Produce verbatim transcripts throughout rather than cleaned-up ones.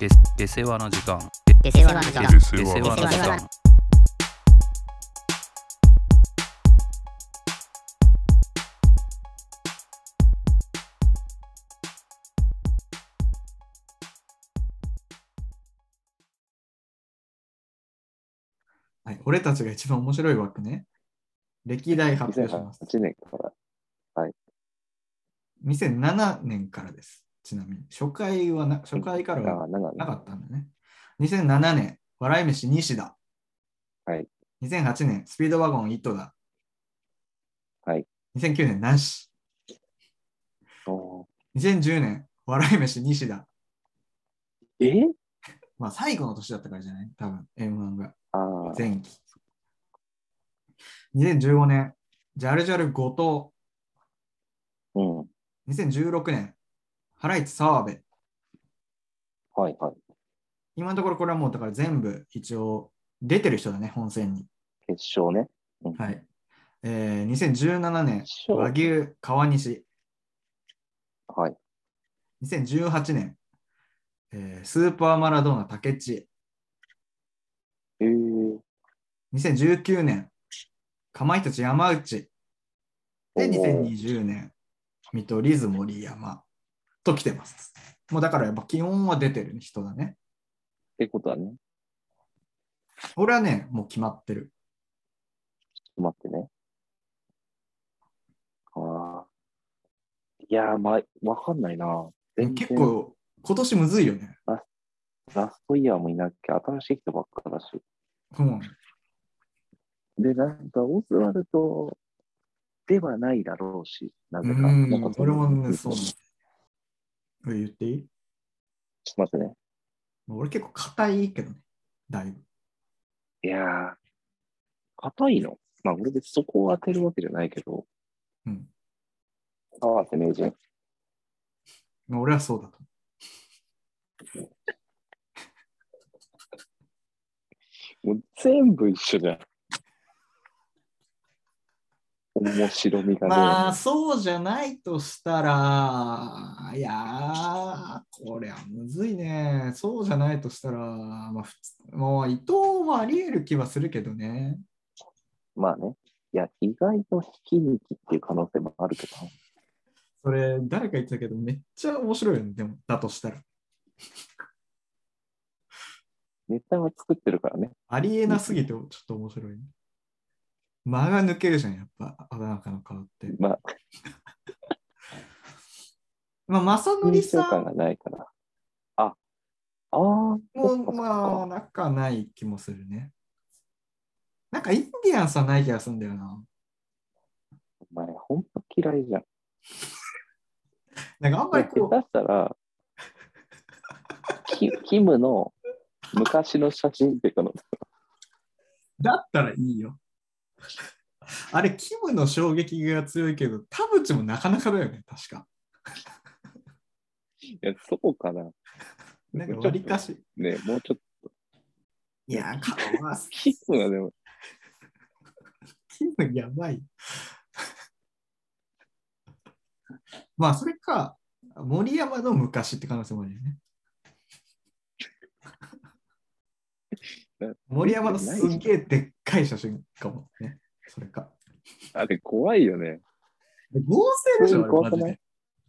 で出世話の時間出世話の時間出世話の時間はい、俺たちが一番面白い枠ね。歴代発表します。 にせんはちねんから。はい。 にせんななねんからです。ちなみに。初回はな、初回からはなかったんだね。にせんななねん、笑い飯西田。 はい。 にせんはちねん、スピードワゴン井戸田。 はい。 にせんきゅうねん、なし。 おにせんじゅうねん、笑い飯西田。 えまあ最後の年だったからじゃない多分、エムワン が。 あ前期。にせんじゅうごねん、ジャルジャル後うん。 藤。にせんじゅうろくねん、ハライチ澤部。 はいはい。 今のところこれはもうだから全部一応出てる人だね、本戦に。 決勝ね。うん、 はい。えー、にせんじゅうななねん、 決勝和牛川西。 はい。 にせんじゅうはちねん、えー、スーパーマラドーナ竹地。 えー、 にせんじゅうきゅうねん、かまいたち山内。で、 おーにせんにじゅうねん、見取り図森山と来てます。もうだからやっぱ基本は出てる人だね。 ってことはね。 俺はね、もう決まってる。 ちょっと待ってね。ああ。いやー、まあ、わかんないな。全然結構今年むずいよね。 ラストイヤーもいなきゃ新しい人ばっかだし。 うん。 で、なんか、オズワルドではないだろうし、なぜか。 うんなんかそれもね、 ちょそう。言っていいっと待ってね。 俺結構硬いけどね、だいぶ。 いやー、硬いの。まあ、俺別にそこを当てるわけじゃないけど、 うん。 川瀬名人。 まあ俺はそうだともう全部一緒じゃん。面白みがね。 まあ、そうじゃないとしたら、いやー、これはむずいね。そうじゃないとしたら、まあ、普通もう伊藤もあり得る気はするけどね。 まあね。いや、意外と引き抜きっていう可能性もあるけど。 それ、誰か言ってたけど、めっちゃ面白いよね。でも、だとしたら。 ネタは作ってるからね。 ありえなすぎて、ちょっと面白い、ね。間が抜けるじゃん、やっぱ、あだ中の顔って。 まあ、 まあ、正則印さん象感がないから。あ、ああ、 も、 そっかそっまあ、 か。 仲ない気もするね。なんか、インディアンスはない気がするんだよな。 お前、ほんと嫌いじゃん。 なんか、あんまりこう。 下手したら、キキムの昔の写真っていうかの、 だったらいいよ。あれ、キムの衝撃が強いけど、田淵もなかなかだよね、確か。 いや、そうかな。 なんか割りかし。 ね、もうちょっと。 いや、顔は、 キムはでも、 キムやばい。まあ、それか、森山の昔って可能性もあるよね。森山のすんげえでっかい写真かもね。それか。 あれ、怖いよね。 合成でしょ、あれ怖くないマジで。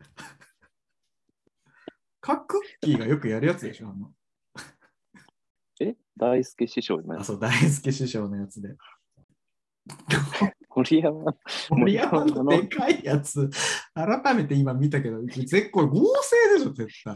かクッキーがよくやるやつでしょ、あの。 え大輔師匠のやあ、 つ。 そう、大輔師匠のやつで。 森山、 森山のでかいやつ、改めて今見たけど、絶これ合成でしょ、絶対。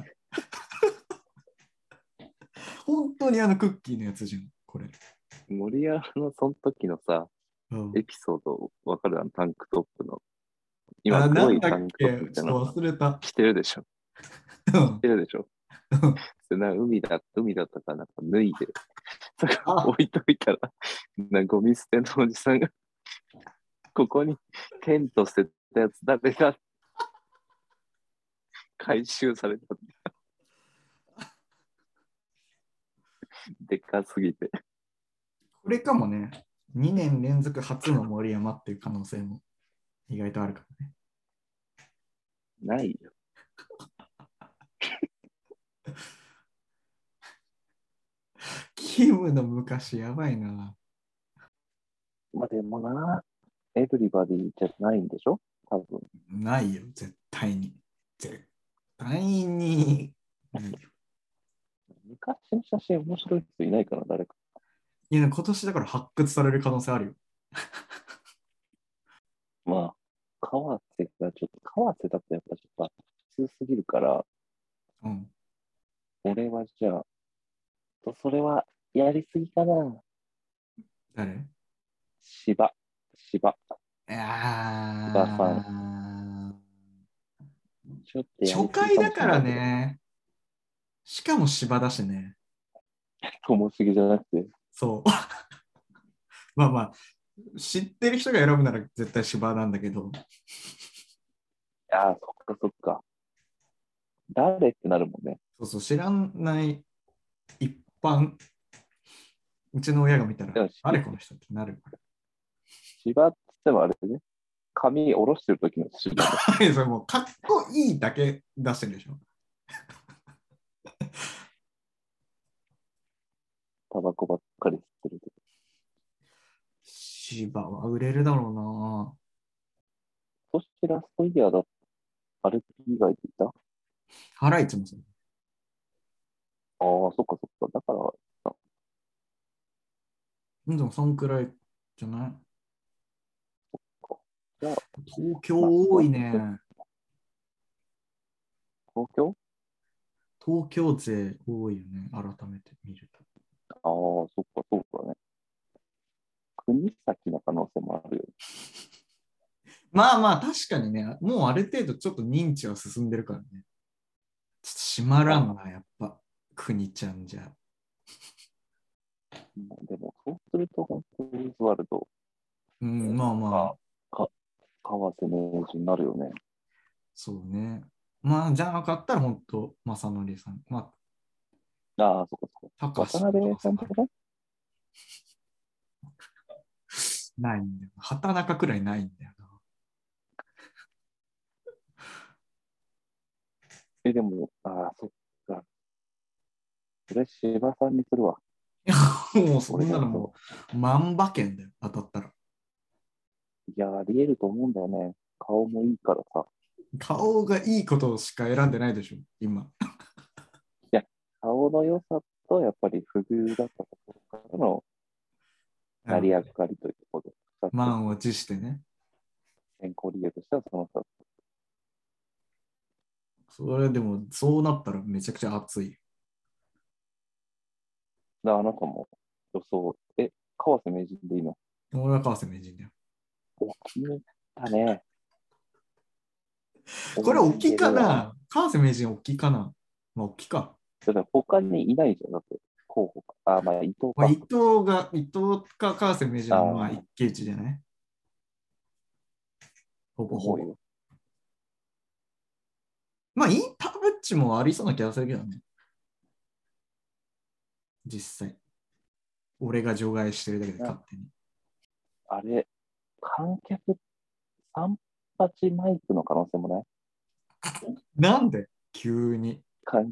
本当にあのクッキーのやつじゃん、これ。 森山のその時のさ、 うん、 エピソードわかるあのタンクトップの。今、 あ、な黒んだっいタンクトけちょっップってのと忘れた。 着てるでしょ。 うん着てるでしょ。でなんか海だ、海だったからなんか脱いで、そこあ置いといたら、なんかゴミ捨てのおじさんが、ここにテント捨てたやつ誰が回収されたんだ。でかすぎて。 これかもね、にねん連続初の森山っていう可能性も意外とあるからね。 ないよ。 キムの昔やばいな。 まあでもな、エブリバディじゃないんでしょ多分。 ないよ、絶対に。絶対に。ないよ。 昔の写真面白い人いないかな、誰か。 いや、今年だから発掘される可能性あるよ。 まあ、川瀬がちょっと、川瀬だとやっぱちょっと普通すぎるから、 うん。 俺はじゃあ、とそれはやりすぎかな。 誰？ 芝。芝。 いや芝さん。 ー、 ちょっとやりすぎかも初回だからしれないけど。 ね。しかも芝だしね。 ともしげじゃなくて。 そう。まあまあ、知ってる人が選ぶなら絶対芝なんだけど。 ああ、そっかそっか。誰ってなるもんね。 そうそう、知らない一般、うちの親が見たらでも、 あれこの人ってなるか芝って言ってもあれでね、髪下ろしてる時の芝ね。 ら。それもうかっこいいだけ出してるでしょ。 タバコばっかり吸ってる時。 芝は売れるだろうな。 そしてラストイヤーだ。あれ以外でいたああ、 ハライチもそう。 そっかそっか。だから、 うんでもそんくらいじゃない？ じゃあ、 東京多いね。 東京東京勢多いよね。改めて見ると。 ああ、そっかそうだね。国崎の可能性もあるよね。 まあまあ、確かにね、もうある程度ちょっと認知は進んでるからね。ちょっと閉まらんな、やっぱ。国ちゃんじゃ。 でも、そうすると、本当にオズワルドうん、まあまあ、 か、川瀬名人になるよね。 そうね。まあ、じゃなかったら本当、正則さん。まああ、そっかそっあ、 か。 高橋渡辺さんとかね。 ないんだよ。畑中くらいないんだよな。 え、でも、ああ、そっか。それ、芝さんにするわ。 もうそんなのもう、万馬券だよ、当たったら。 いや、ありえると思うんだよね。顔もいいからさ。 顔がいいことしか選んでないでしょ、今。 いや、顔の良さと、やっぱり不遇だったところからの成り上がりというところで、ふたつ満を持してね。 選考理由としてはそのふたつ。 それでも、そうなったらめちゃくちゃ熱い。 で、あなたも予想、え、川瀬名人でいいの？ 俺は川瀬名人だよ。 お、決めたね。 これ大きいかな？川瀬名人大きいかな？まあ大きいか。 だって他にいないじゃん。だって、候補か。あ、まあ、伊藤か。 まあ、伊藤が、伊藤か川瀬名人のまああー一騎打ちじゃない？ほぼほぼ。 思うよ。 まあ、インターブッチもありそうな気がするけどね。実際。俺が除外してるだけで勝手に。 あれ、観客さん八マイクの可能性もない？ なんで急に。 観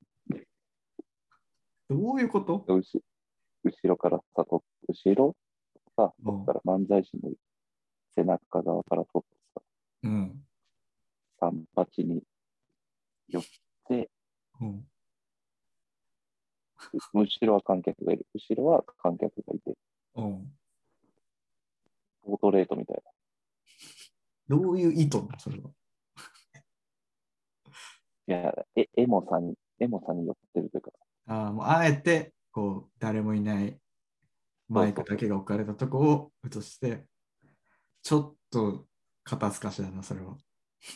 どういうこと？ 後後ろからさ、と後ろさ、 うんこっから漫才師の背中側から撮ってさ、 うん。 さん八に寄って、 うん。 後ろは観客がいる。後ろは観客がいて、 うんポートレートみたいどういう意図なのそれは。 な。いや、えエモさに、エモさに寄ってるというか、 ああ、もうあえて、こう、誰もいないマイクだけが置かれたとこを映して、ちょっと肩透かしだな、それは。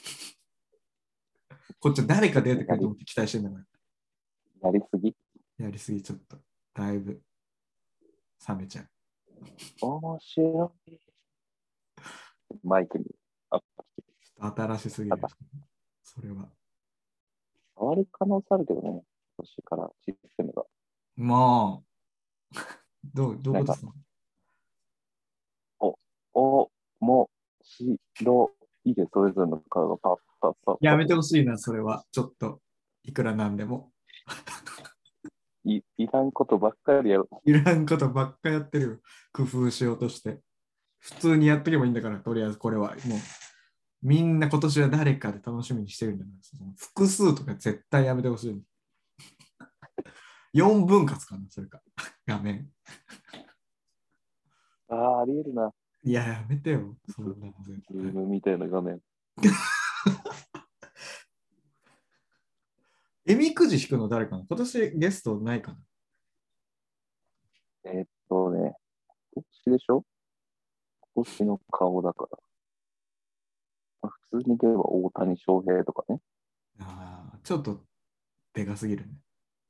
こっちは誰か出てくると思って期待してんだかやりすぎら。やりすぎちょっと、だいぶ冷めちゃう。 面白い。マイクにアップして新しすぎる。それは。 変わる可能性あるけどね、今年からシステムが。 まあ、どう、どういうことですか？ お、もしろいで、それぞれのカードがパッパッパッパッ。 やめてほしいな、それは。ちょっと、いくらなんでも。 いいらんことばっかりやる。 いらんことばっかやってるよ。工夫しようとして。普通にやっとけばいいんだから、とりあえずこれは。もう、みんな今年は誰かで楽しみにしてるんだから、その複数とか絶対やめてほしい。よんぶん割かな、それか。画面。 ああ、ありえるな。 いや、やめてよ。そんなの絶ズー対。 ムみたいな画面。 えみくじ引くの誰かな？今年ゲストないかな？ えーっとね、今年でしょ？今年の顔だから。まあ、普通に言えば大谷翔平とかね。 ああ、ちょっとでかすぎるね。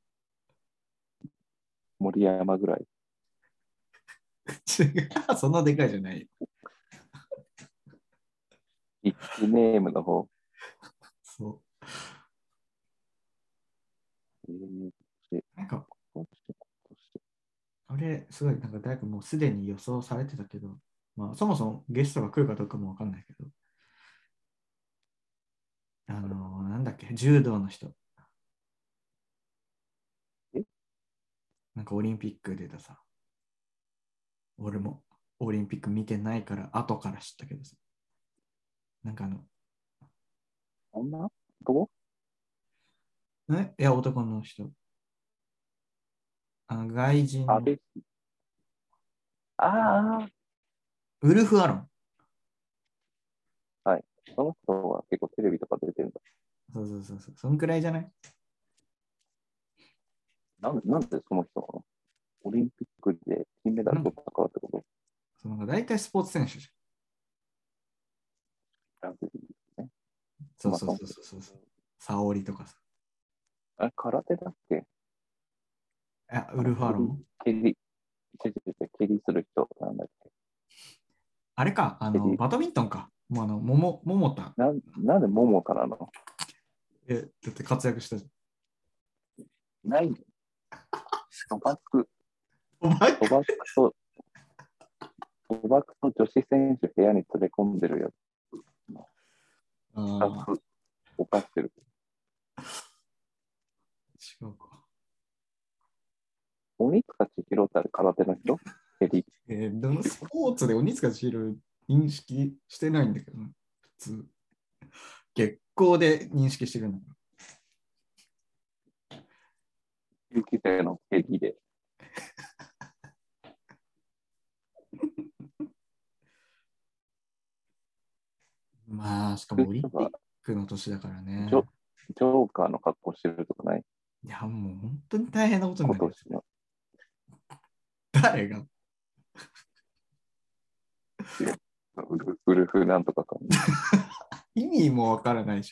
森山ぐらい。 違う、そんなでかいじゃないよ。 ビッグネームの方。 そえー、 う。なんか、 今年、今年。 あれ、すごい、なんか誰かもうすでに予想されてたけど、まあ、そもそもゲストが来るかどうかもわかんないけど、あのーなんだっけ、柔道の人。 えなんかオリンピック出たさ。俺もオリンピック見てないから後から知ったけどさ。なんかあの、 女どこえいや、男の人。あの、外人のあれあウルフ・アロン。 あ、はい。その人は結構テレビとか出てるんだ。 そうそうそうそう。そんくらいじゃない？ なんなんでその人なの？オリンピックで金メダル取ったからってこと？ その大体スポーツ選手じラグビーね。 ゃん。そうそうそうそうそう。沙織とかさ。 あれ、空手だっけ？ いや、ウルフ・アロン。 蹴り、蹴り、蹴りする人なんだっけ？ あれか、あの、 蹴り。 バドミントンか。もうあの、桃、桃田。 なん、なんで桃田なの？ え、だって活躍したじないの？賭博、 ゃん。お前賭博と、賭博と女子選手部屋に連れ込んでるやつ。スタッああ、 フ、犯してる。 違うか。 鬼塚千尋ってあれ空手の人？蹴り。 えーでもスポーツで鬼塚千尋認識してないんだけどね。普通。月光で認識してるんだか有機生の蹴りで。 ら。まあ、しかもオリンピックの年だからねジ。ョジョーカーの格好してるとかない？ いや、もう本当に大変なことになる。 今年の。 誰がウルウルフなんとかかも。 意味もわからないじ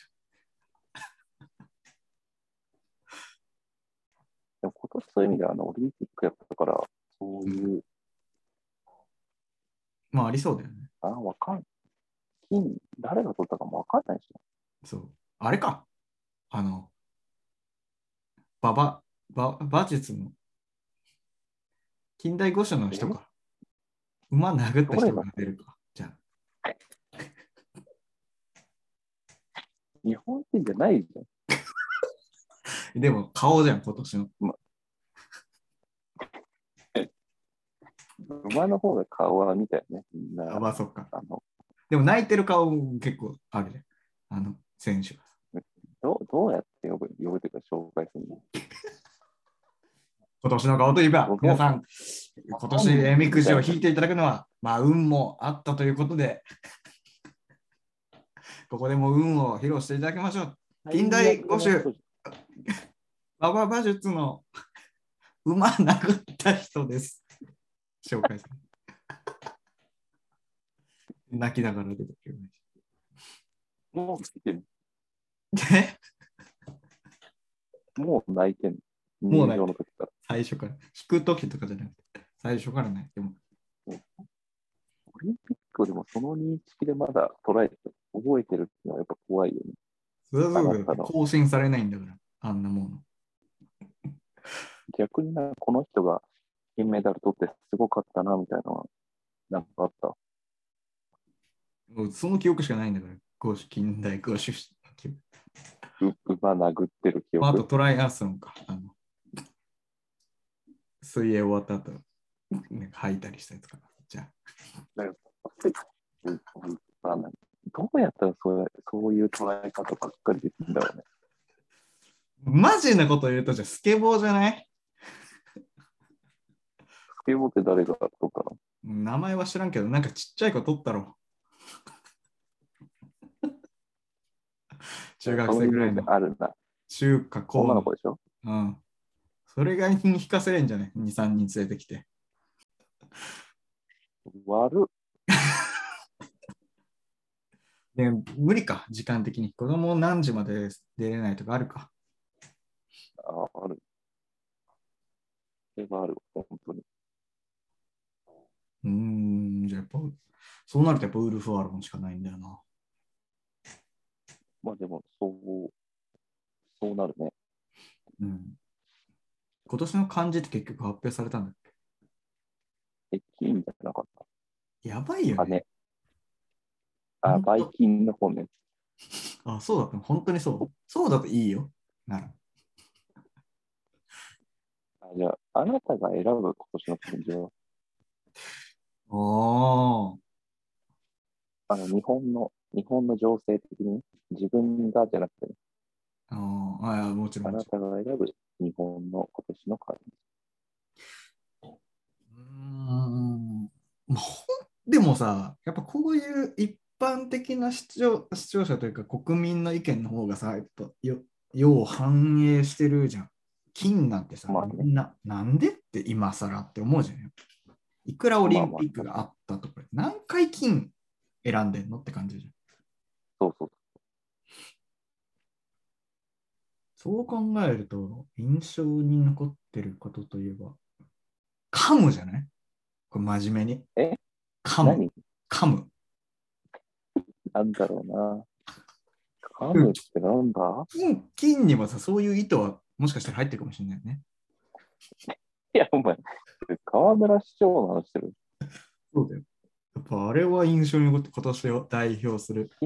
でも今年そういう意味ではあのオリンピックやったから、そういう、 ゃん。まあ、ありそうだよね。 あ、わかん金、誰が取ったかもわかんないし。 そう。あれか。あの、馬場、馬馬術の近代五種の人か。馬殴った人が出るか。じゃあ。 日本人じゃないじゃん。 でも、顔じゃん、今年の。 馬の方が顔は見たよね、みんな。 あ、まあ、そっか。 あのでも、泣いてる顔結構あるね。あの、選手が。 どうどうやって呼ぶ、呼ぶというか紹介するの？ 今年の顔といえば、 僕皆さん、今年、えみくじを引いていただくのは、まあ、運もあったということで、ここでも運を披露していただきましょう。近代五種、馬場馬術の馬殴った人です。紹介する。泣きながら出てくる。 もう泣いてる。 えもう泣いてる。 もう泣いてる入場の時から。 最初から。引く時とかじゃなくて、最初からね。でも、 オリンピックでもその認識でまだ捉えて、覚えてるっていうのはやっぱ怖いよね。 それはそうだよあなたの更新されないんだから、あんなもの。 逆にな、この人が金メダル取ってすごかったな、みたいなのは、なんかあった。 もうその記憶しかないんだから、公式近代五種う馬殴ってる記あと憶。 トライアスロンか。あの水泳終わった後、なんか吐いたりしたやつかな。じゃあ。 なんかうんわかんないどうやったらそうそういう捉え方ばっかりできるんだろうね。 マジなこと言うと、じゃあスケボーじゃない？ スケボーって誰が取ったの？ 名前は知らんけど、なんかちっちゃい子取ったろ。中学生ぐらいの。 あるな。 中華高女の子でしょ？ うん。それがに引かせれんじゃない？ に、さんにん連れてきて。 悪っ。 で無理か、時間的に。子供何時まで出れないとかあるか。 あ、ある。それがある、本当に。 うーん、じゃあやっぱ、そうなるとやっぱウルフアロンしかないんだよな。 まあでも、そう、そうなるね。 うん。今年の漢字って結局発表されたんだっえ、金じゃなかっけ？やばいよた。 ね。 金。あ、 ほんとバイキンの方ね。 あ、そうだったの。本当にそう。そうだといいよ。なら。 あ、じゃあ、あなたが選ぶ今年の漢字は、 おー。 あの、日本の、日本の情勢的に、自分がじゃなくてね、 あーあ、いやもちろんあなもちたが選ぶ日本の今年の漢字。 ろん。うーん。まあほんでもさ、やっぱこういう一般的な視聴、視聴者というか国民の意見の方がさ、やっぱよ、よう反映してるじゃん。金なんてさ、 まあね。 みんな、なんでって今更って思うじゃん。いくらオリンまあまあ、 ピックがあったとか、何回金選んでんのって感じじゃん。 そうそう。 そう考えると、印象に残ってることといえば、噛むじゃない？これ真面目に。 え噛む。 何噛む。 なんだろうな。噛うんむってなんだ？ 金、金にもさ、そういう意図はもしかしたら入ってるかもしれないよね。 いや、お前、河村市長の話してる。 そうだよ。やっぱあれは印象に残って今年を代表する。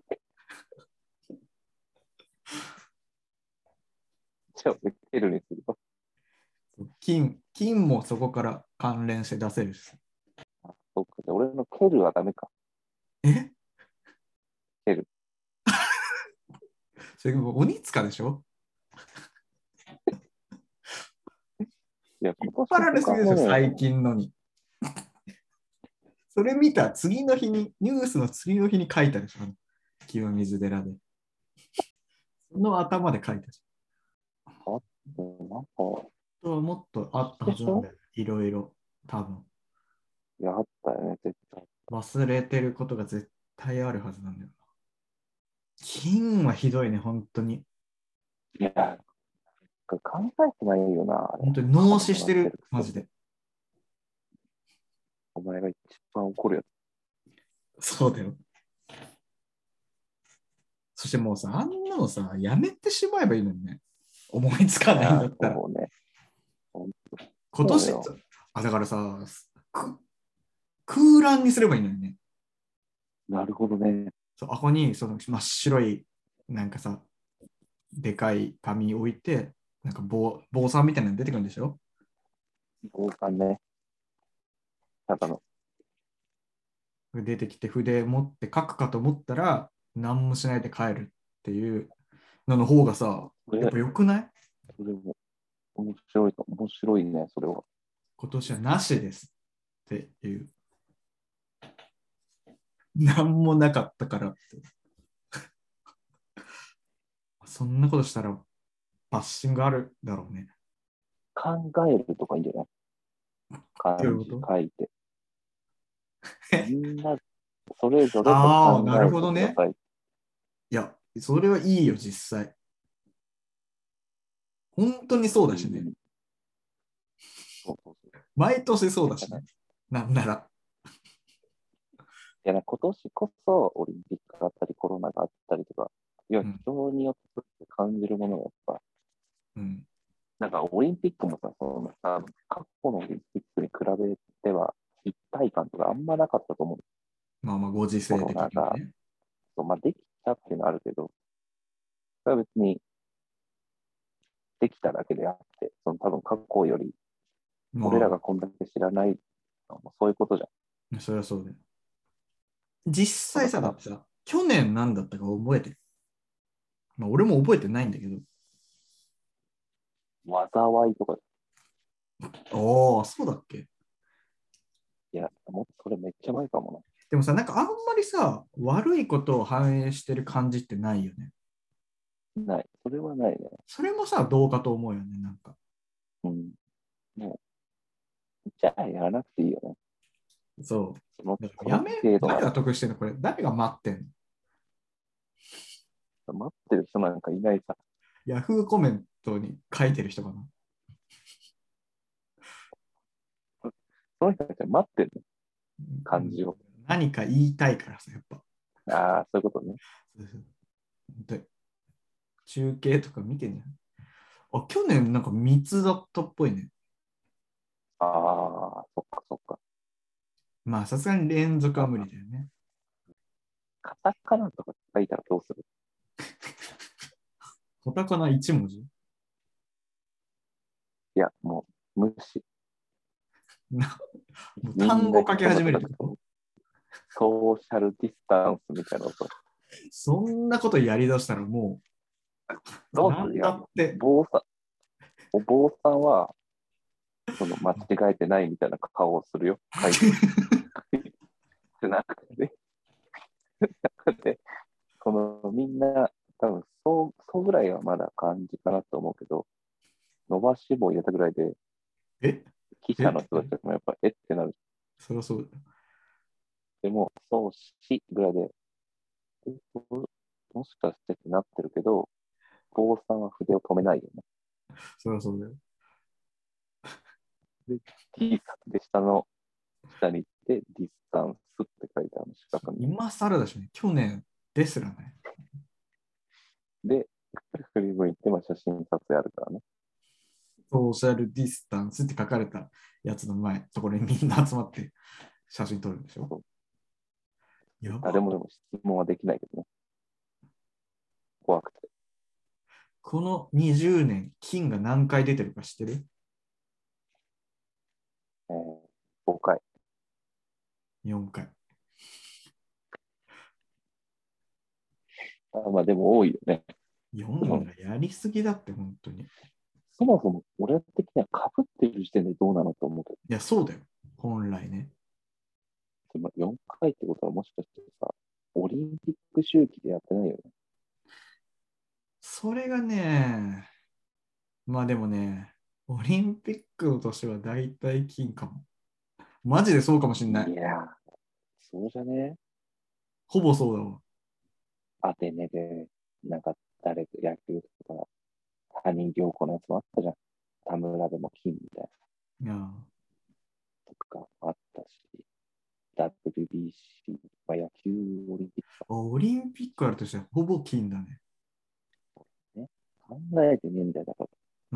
じゃあ、ケルにするわ。 金、金もそこから関連して出せるし。 あ、そっか。じゃあ、俺のケルはダメか。 えケル。 それも鬼塚でしょ？ いや、 引っ今張られすぎでしょ、 年他のね、 最近のに。それ見た次の日に、ニュースの次の日に書いたでしょ、清水寺で。その頭で書いたし。 なんか、 とはもっとあったはずなんだよ。いろいろ。多分。 いや、あったよね、絶対。 忘れてることが絶対あるはずなんだよな。金はひどいね、本当に。 いや、考えてないよな、あれ。 本当に脳死してる、マジで。 お前が一番怒るやそうだよ。そしてもうさ、あんなのさ、やめてしまえばいいのにね。思いつかつ。いや、 ないんだったら。 そうね。 今年そうよ、 あ、だからさ、く空欄にすればいいのにね。 なるほどね。 そう、あここにその真っ白い、なんかさ、でかい紙置いて、なんか棒、棒さんみたいなの出てくるんでしょ？ 豪華ね。ただの。 出てきて筆持って書くかと思ったら、何もしないで帰るっていうのの方がさ、 これ、 やっぱ良くない？ それも面白い、面白いね、それは。 今年はなしですっていう。何もなかったからって。そんなことしたらバッシングあるだろうね。 考えるとかいいんじゃない？漢字どういうこと？ 書いて。みんな、それぞれとああ、なる考えてほどね。 ください。 いや、それはいいよ、実際。本当にそうだしね。 そうそうそう。 毎年そうだしね。なんなら。 いや、今年こそオリンピックがあったり、コロナがあったりとか、いや、 うん人によって感じるものがやっぱ、 うん。 なんかオリンピックもさ、そのさ、過去のオリンピックに比べては、一体感とかあんまなかったと思う。 まあまあ、ご時コ世的ロナが、 にね。 そうまあ、できたっていうのはあるけど、それは別にできただけであって、その多分過去よりまあ、 俺らがこんだけ知らないのもそういうことじゃん。 そりゃそうだよ。実際さ、 だからだってさ、去年何だったか覚えてる。まあ、俺も覚えてないんだけど。 災いとか、 ああ、そうだっけ。 いや、もうそれめっちゃ前かもでもさ、なんかあんまりさ、悪いことを反映してる感じってないよね。 な。ない。それはないね。 それもさ、どうかと思うよね、なんか。 うん。もう、じゃあやらなくていいよね。 そその、 う。だかそのらやめ、誰が程度なら。 得してんのこれ。誰が待ってんの？ 待ってる人なんかいないさ。 ヤフーコメントに書いてる人かな。 その人たちは待ってる感じを。 何か言いたいからさ、やっぱ。 ああ、そういうことね。 で中継とか見てんじゃん。あ、去年なんか密だったっぽいね。 ああ、そっかそっか。 まあ、さすがに連続は無理だよね。 カタカナとか書いたらどうする？ カタカナいち文字いや、もう、無視。 なもう単語書き始めるってこと？ ソーシャルディスタンスみたいなのと。 そんなことやりだしたらもう、 どうすなんるよ。 だって。 坊さん、お坊さんは、その間違えてないみたいな顔をするよ。書いて。じゃなくて、なくて、このみんな、多分そう、そうぐらいはまだ感じかなと思うけど、伸ばし棒入れたぐらいで、 え記者の人たちもやっぱ、えってなる。 そりゃそうだよ。 でも、そうしぐらいで、えもしかしてってなってるけど、坊さんは筆を止めないよね。 そりゃそうだよ。 で、T で下の下に行って、ディスタンスって書いてある四角に。 今更だしね、去年ですらね。 で、振り向いて、まあ、写真撮影あるからね。 ソーシャルディスタンスって書かれたやつの前、ところにみんな集まって写真撮るんでしょ。やば。 誰もでも質問はできないけどね。怖くて。 このにじゅうねん、金が何回出てるか知ってる？ えー、ごかい。 よんかい。 あまあでも多いよね。 よんがやりすぎだって、本当に。いそもそも俺的には被ってる時点でどうなのと思うけど、 や、そうだよ。本来ね。 まあ、よんかいってことはもしかしてさ、オリンピック周期でやってないよね。 それがね、まあでもね、オリンピックの年は大体金かも。マジでそうかもしんない。 いやー、そうじゃね。 ほぼそうだわ。 アテネで、なんか誰か野球とか、谷亮子のやつもあったじゃん。田村でも金みたいいや、 なとかあったし、ダブリュービーシー、まあ、野球オリンピックオリンピックあるとしてはほぼ金だね。 ね。考えてねえんだよ、だかうん。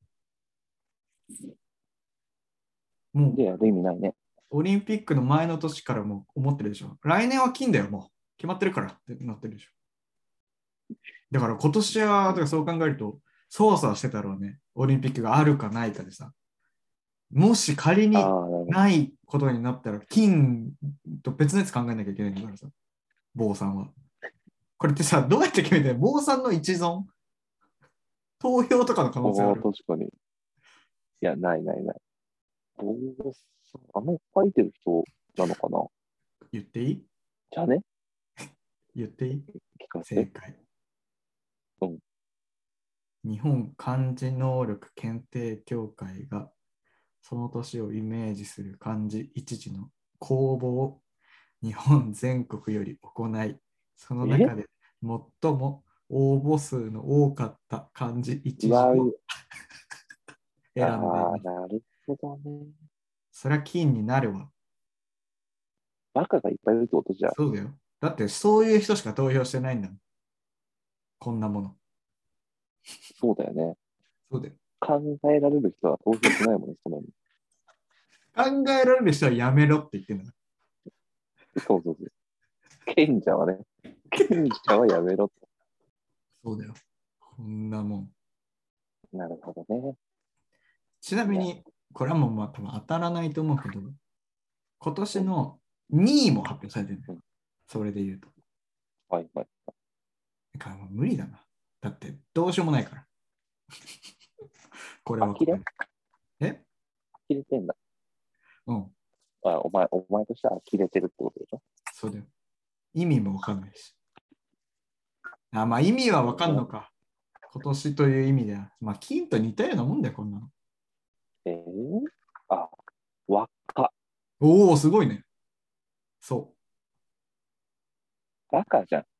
ら。 もう、 で、やる意味ないね。 オリンピックの前の年からもう思ってるでしょ。来年は金だよ、もう。決まってるからってなってるでしょ。だから今年は、だからそう考えると、操作してたろうね。オリンピックがあるかないかでさ。もし仮にああ、なるほど。 ないことになったら、金と別のやつ考えなきゃいけないんだからさ、坊さんは。これってさ、どうやって決めてる？坊さんの一存投票とかの可能性あああ、 る？ 確かに。いや、ないないない。坊さん、あの書いてる人なのかな？ 言っていい？ じゃあね、 言っていい？ 聞かせて。 正解。 うん。 日本漢字能力検定協会がその年をイメージする漢字一字の公募を日本全国より行い、その中で最も応募数の多かった漢字一字うわをう、あ選んでいまあ、 す。 なるほどね。 そりゃ金になるわ。 バカがいっぱいいるってことじゃ。 そうだよ。だってそういう人しか投票してないんだもん。こんなもの。 そうだよね。 そうだよ。 考えられる人は投票しないもんね、その。 考えられる人はやめろって言ってんだ。 そうそうそう。賢者はね、賢者はやめろって。 そうだよ。こんなもん。 なるほどね。 ちなみに、 これはもうまあ多分当たらないと思うけど、今年のにいも発表されてるんだよ。それで言うと。 はいはい。 だからもう無理だな。だってどうしようもないから。これはこれ。え呆れてんだ。 うん。 あ、お前、お前としては呆れてるってことでしょ？ そうだよ。意味もわかんないし。あ、まあ意味はわかんのか。今年という意味では。まあ金と似たようなもんだよ、こんなの。 えー、あ、輪っか。 おお、すごいね。そう。 バカじゃん。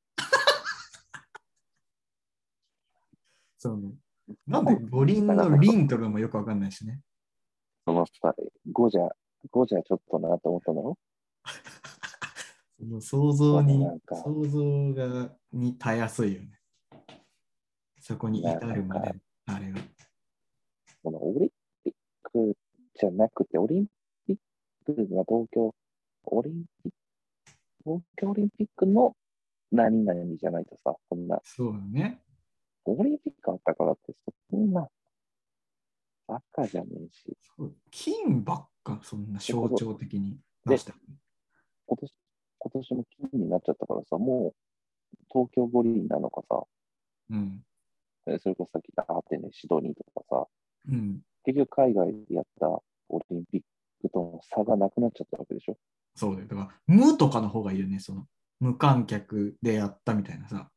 そうね。なんで五輪の輪とかもよくわかんないしね。 そのさ、ごじゃ、ごじゃちょっとなと思ったの？ その想像になん、か想像がにたやすいよね。そこに至るまで、あれが。 このオリンピックじゃなくて、オリンピックが東京、オリンピック、東京オリンピックの何々じゃないとさ、こんな、 そうだね。 オリンピックあったからって、そんな、バカじゃねえし。 そう金ばっか、そんな象徴的に出した。 今年、今年も金になっちゃったからさ、もう東京五輪なのかさ、 うん。 えそれこそさっき言ったアテネ、シドニーとかさ、 うん。 結局海外でやったオリンピックとの差がなくなっちゃったわけでしょ？ そうだよ。だから、無とかの方がいいよね。その、無観客でやったみたいなさ。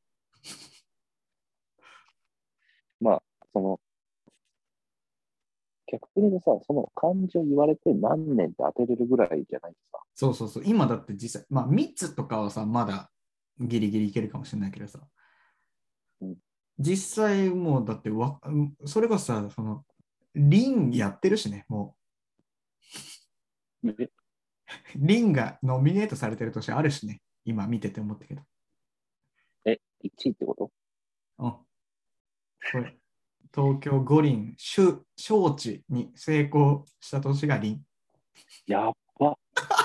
まあ、その、逆に言うとさ、その漢字を言われて何年って当てれるぐらいじゃないとさ。 そうそうそう。今だって実際、まあ、密とかはさ、まだギリギリいけるかもしれないけどさ。 うん、 実際もうだってわ、それこそさ、その、リンやってるしね、もえ、 う、リンがノミネートされてる年あるしね、今見てて思ったけど。 え、いちいってこと？ うん。これ、東京五輪招致に成功した年がリン。 やっば。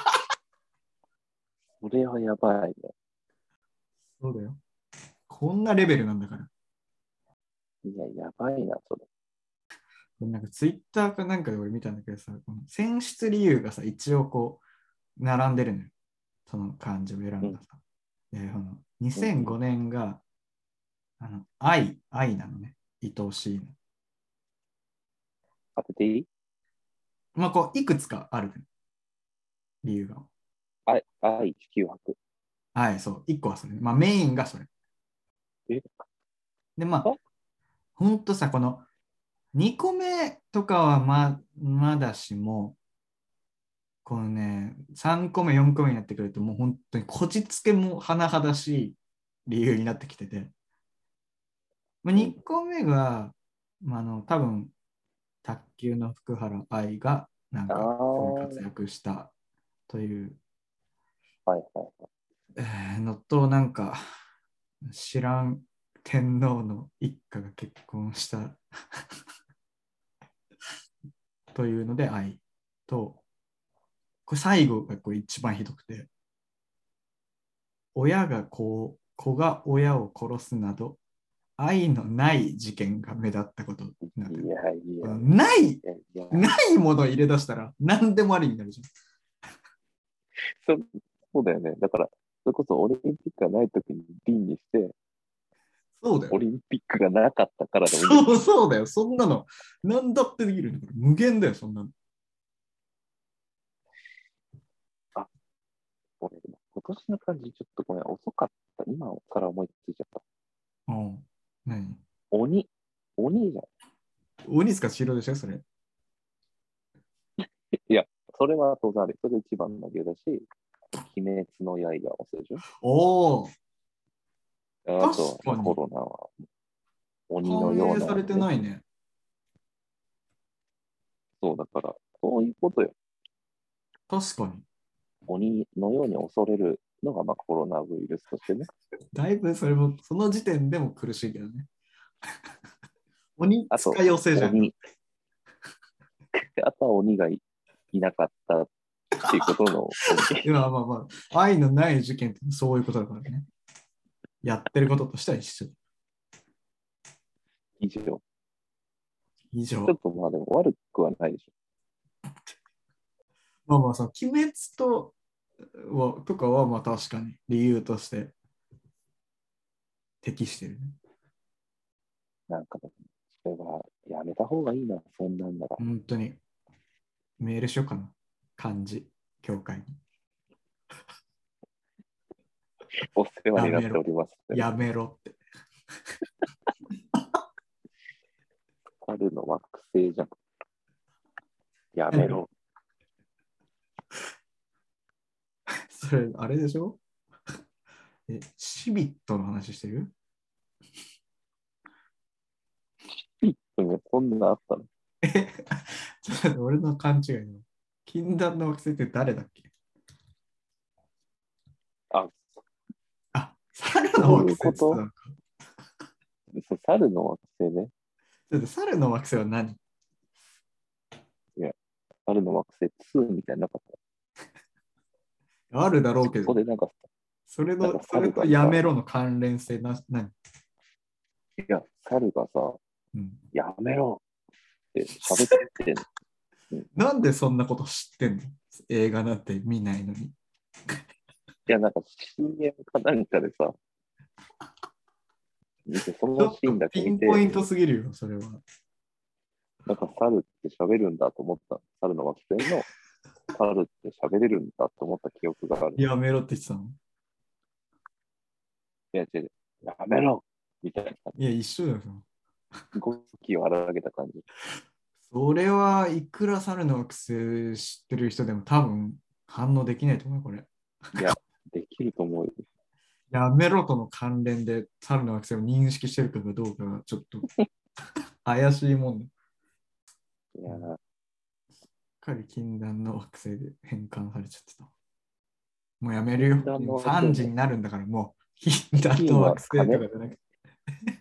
それはやばいね。 そうだよ。こんなレベルなんだから。 いや、やばいな、それ。 なんかツイッターかなんかで俺見たんだけどさ、この選出理由がさ、一応こう、並んでるのよ。その漢字を選んださ。うん、で、このにせんごねんが、あの、愛、愛なのね。愛おしいの。 当てていい？ まあ、こう、いくつかあるのよ。理由が。 あい、愛、地球博。 はい、そう。いっこはそれ。まあ、メインがそれ。 え、 で、まあ、ほんとさ、このにこめとかはままだしも、このね、さんこめ、よんこめになってくると、もう本当にこじつけも甚だしい理由になってきてて、まあ、にこめが、まあ、あの多分卓球の福原愛がなんああかすごいー、 活躍したという、 はいはい。 えーのと、なんか知らん天皇の一家が結婚したというので愛と、これ最後がこれ一番ひどくて、親が子子が親を殺すなど愛のない事件が目立ったことになってる。 いやいや。 ないいやいやないものを入れ出したら何でもありになるじそそうだよね。だから、それこそオリンピックがないときに瓶にして、 ゃん。そうだよ。 オリンピックがなかったからでもいいんだよ。 そうそうだよ。そんなの何だってできるんだから。無限だよ、そんなの。 あ、俺、今年の感じ、ちょっとごめん、遅かった。今から思いついちゃった。 うん。何鬼。鬼じゃん。 鬼塚白でしょ、それ。 いや、それは当然ある。それ一番の理由だし、鬼滅の刃もそうでしょ。 おお。 あと、 確かにコロナは鬼の反ような、 映されてないね。 そうだから、そういうことよ。 確かに。 鬼のように恐れるのが、まあ、コロナウイルスとしてね。 だいぶそれも、その時点でも苦しいけどね。鬼あと、 塚寄せじゃん。 鬼。あとは鬼がい、いなかったっていうことのいやまあまあまあ、愛のない事件ってそういうことだからね。やってることとしては一緒。 以上。 以上ちょっ。とまあでも悪くはないでしょ。 まあまあ、その鬼滅とはとかはまあ確かに理由として適してるね。 なんか、それはやめた方がいいな、そんなんなら。 本当に。メールしようかな。漢字、協会に。 お世話になっておりますってね。 やめろって。 猿の惑星じゃん。やめろ。 それ、あれでしょえ、シビットの話してる？ そんなあったの？ え、ちょっと待って俺の勘違いの。禁断の惑星って誰だっけ？ あ、 あ、猿の惑星って言ってたのか。 そう猿の惑星ね。 ちょっと猿の惑星は何？ 猿の惑星ツーみたいなのなかった。 あるだろうけど、 そこでなんか、 それの、 なんかそれとやめろの関連性な、何？ いや、猿がさ、 うん、 やめろって喋ってんの。 なんでそんなこと知ってんの？映画なんて見ないのに。 いや、なんか シーエム かなんかでさ、見て、そちょのっシーンだけ見て、 とピンポイントすぎるよ、それは。 なんか猿って喋るんだと思った。猿の惑星の猿って喋れるんだと思った記憶がある。 やめろって言ってたの？ いや、違う違う、やめろみたいな感いや、一緒だよ。 じ。語気を荒げた感じ。 それはいくら猿の惑星知ってる人でも多分反応できないと思うよ、これ。 いや、できると思うよ。 やめろとの関連で猿の惑星を認識してるかどうかがちょっと怪しいもんね。 いやー、 しっかり禁断の惑星で変換されちゃってた。もうやめるよ。 禁断の惑星さんじになるんだからもう禁断の惑星とかじゃなくて。